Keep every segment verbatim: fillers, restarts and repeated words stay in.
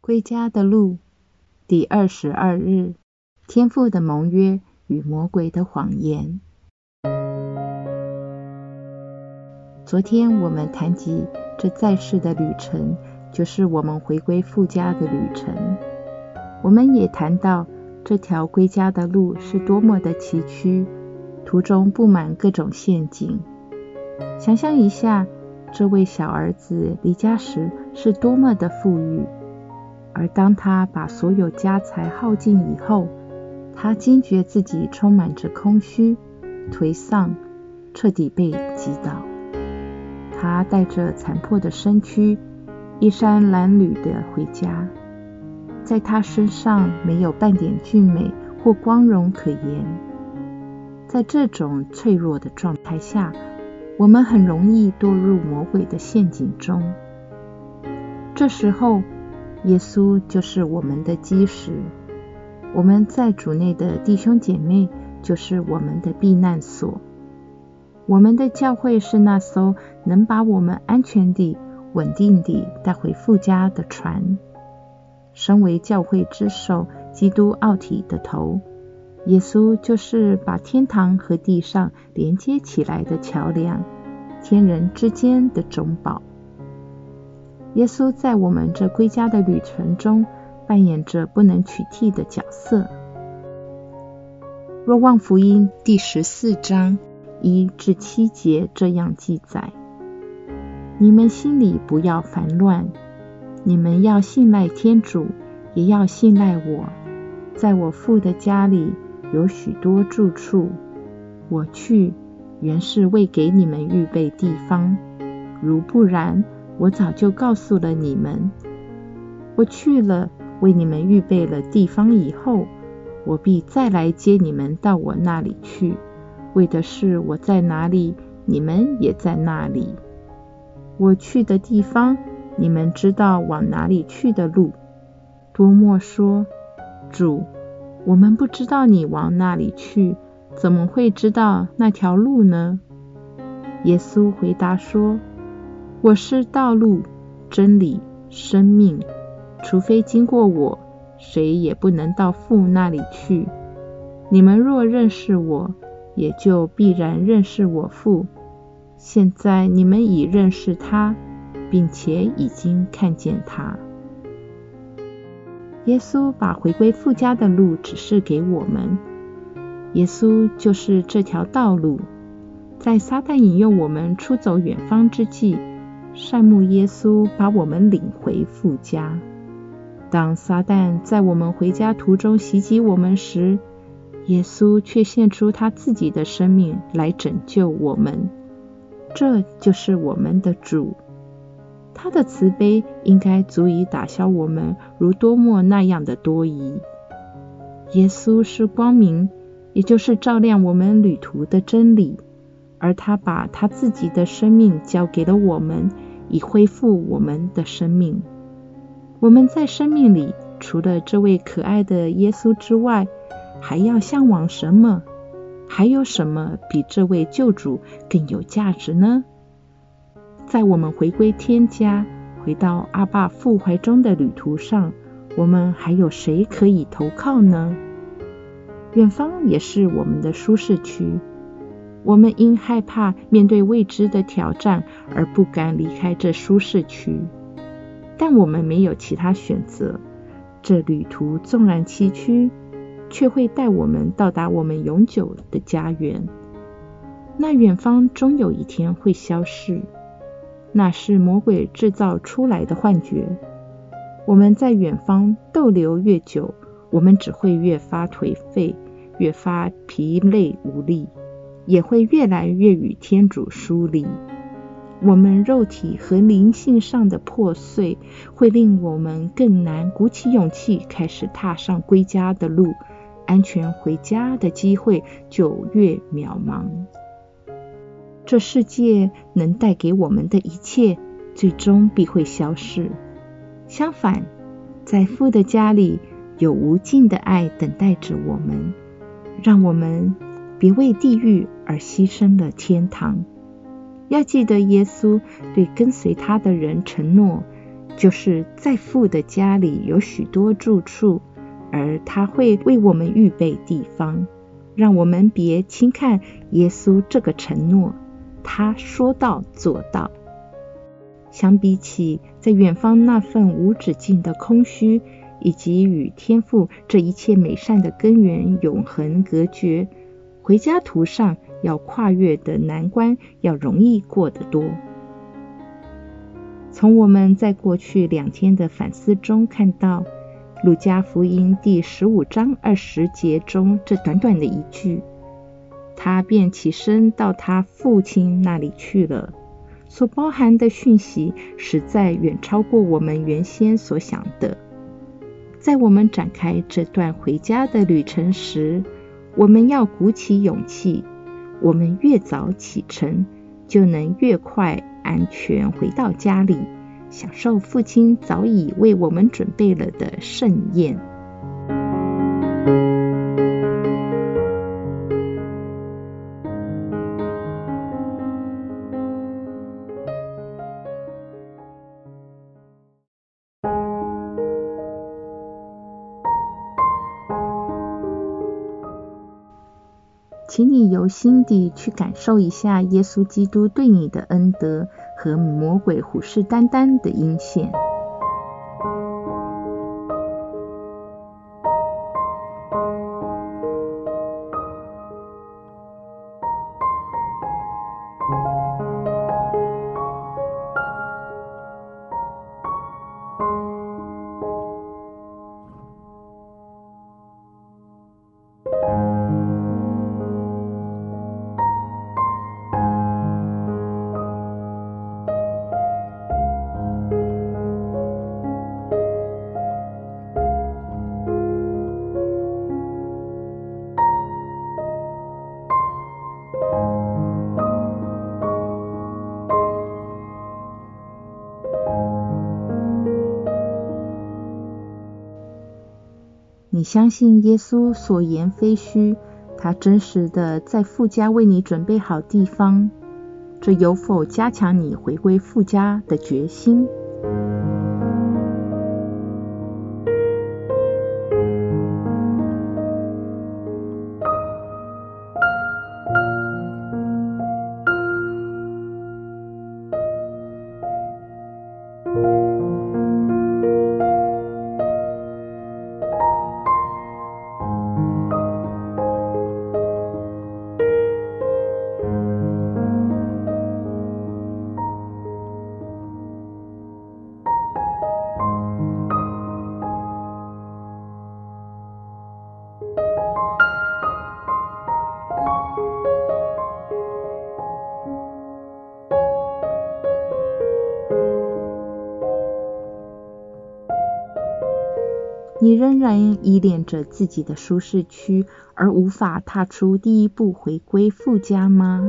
归家的路第二十二日，天父的盟约与魔鬼的谎言。昨天我们谈及这在世的旅程，就是我们回归父家的旅程。我们也谈到这条归家的路是多么的崎岖，途中布满各种陷阱。想象一下，这位小儿子离家时是多么的富裕，而当他把所有家财耗尽以后，他惊觉自己充满着空虚、颓丧，彻底被击倒。他带着残破的身躯，衣衫褴褛地回家，在他身上没有半点俊美或光荣可言。在这种脆弱的状态下，我们很容易堕入魔鬼的陷阱中。这时候，耶稣就是我们的基石，我们在主内的弟兄姐妹就是我们的避难所。我们的教会是那艘能把我们安全地、稳定地带回父家的船。身为教会之首，基督奥体的头，耶稣就是把天堂和地上连接起来的桥梁，天人之间的中保。耶稣在我们这归家的旅程中扮演着不能取替的角色。若望福音第十四章一至七节这样记载：你们心里不要烦乱，你们要信赖天主，也要信赖我。在我父的家里有许多住处，我去原是为给你们预备地方，如不然，我早就告诉了你们。我去了，为你们预备了地方以后，我必再来接你们到我那里去，为的是我在哪里，你们也在那里。我去的地方，你们知道往哪里去的路。多默说：主，我们不知道你往哪里去，怎么会知道那条路呢？耶稣回答说：我是道路、真理、生命，除非经过我，谁也不能到父那里去。你们若认识我，也就必然认识我父。现在你们已认识他，并且已经看见他。耶稣把回归父家的路指示给我们，耶稣就是这条道路。在撒旦引诱我们出走远方之际，善牧耶稣把我们领回父家。当撒旦在我们回家途中袭击我们时，耶稣却献出他自己的生命来拯救我们。这就是我们的主，他的慈悲应该足以打消我们如多默那样的多疑。耶稣是光明，也就是照亮我们旅途的真理，而他把他自己的生命交给了我们，以恢复我们的生命。我们在生命里，除了这位可爱的耶稣之外，还要向往什么？还有什么比这位救主更有价值呢？在我们回归天家，回到阿爸父怀中的旅途上，我们还有谁可以投靠呢？远方也是我们的舒适区，我们因害怕面对未知的挑战而不敢离开这舒适区，但我们没有其他选择。这旅途纵然崎岖，却会带我们到达我们永久的家园。那远方终有一天会消逝，那是魔鬼制造出来的幻觉。我们在远方逗留越久，我们只会越发颓废，越发疲累无力，也会越来越与天主疏离。我们肉体和灵性上的破碎，会令我们更难鼓起勇气开始踏上归家的路，安全回家的机会就越渺茫。这世界能带给我们的一切，最终必会消逝。相反，在父的家里有无尽的爱等待着我们，让我们别为地狱而牺牲了天堂。要记得耶稣对跟随他的人承诺， 就是在父的家里有许多住处，而他会为我们预备地方。让我们别轻看耶稣这个承诺，他说到做到。相比起在远方那份无止境的空虚，以及与天父这一切美善的根源永恒隔绝，回家途上要跨越的难关要容易过得多。从我们在过去两天的反思中看到，路加福音第十五章二十节中这短短的一句，他便起身到他父亲那里去了，所包含的讯息实在远超过我们原先所想的。在我们展开这段回家的旅程时，我们要鼓起勇气，我们越早启程，就能越快安全回到家里，享受父亲早已为我们准备了的盛宴。请你由心底去感受一下耶稣基督对你的恩德和魔鬼虎视眈眈的阴险。你相信耶稣所言非虚，他真实的在父家为你准备好地方，这有否加强你回归父家的决心？你仍然依恋着自己的舒适区，而无法踏出第一步回归父家吗？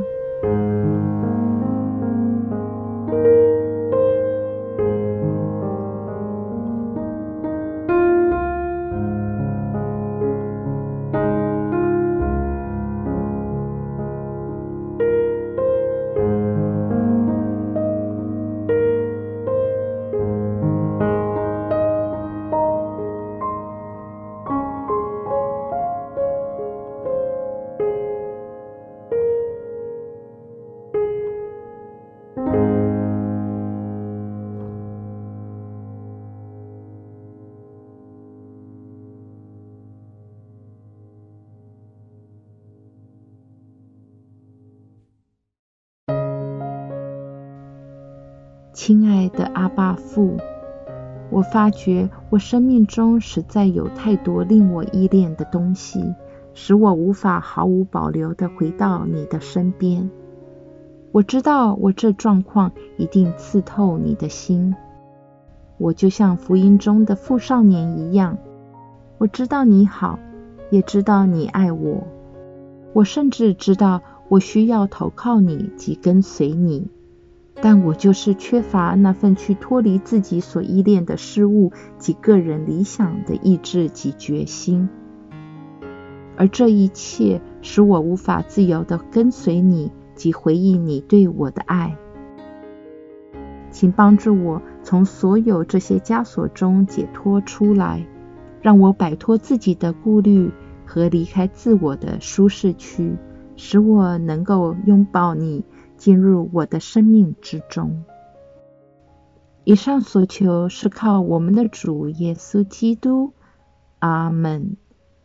亲爱的阿爸父，我发觉我生命中实在有太多令我依恋的东西，使我无法毫无保留地回到你的身边。我知道我这状况一定刺透你的心，我就像福音中的富少年一样，我知道你好，也知道你爱我，我甚至知道我需要投靠你及跟随你，但我就是缺乏那份去脱离自己所依恋的事物及个人理想的意志及决心，而这一切使我无法自由地跟随你及回应你对我的爱。请帮助我从所有这些枷锁中解脱出来，让我摆脱自己的顾虑和离开自我的舒适区，使我能够拥抱你，进入我的生命之中。以上所求是靠我们的主耶稣基督。阿们。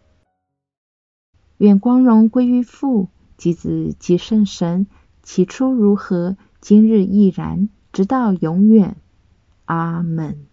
愿光荣归于父及子及圣神，起初如何，今日亦然，直到永远。阿们。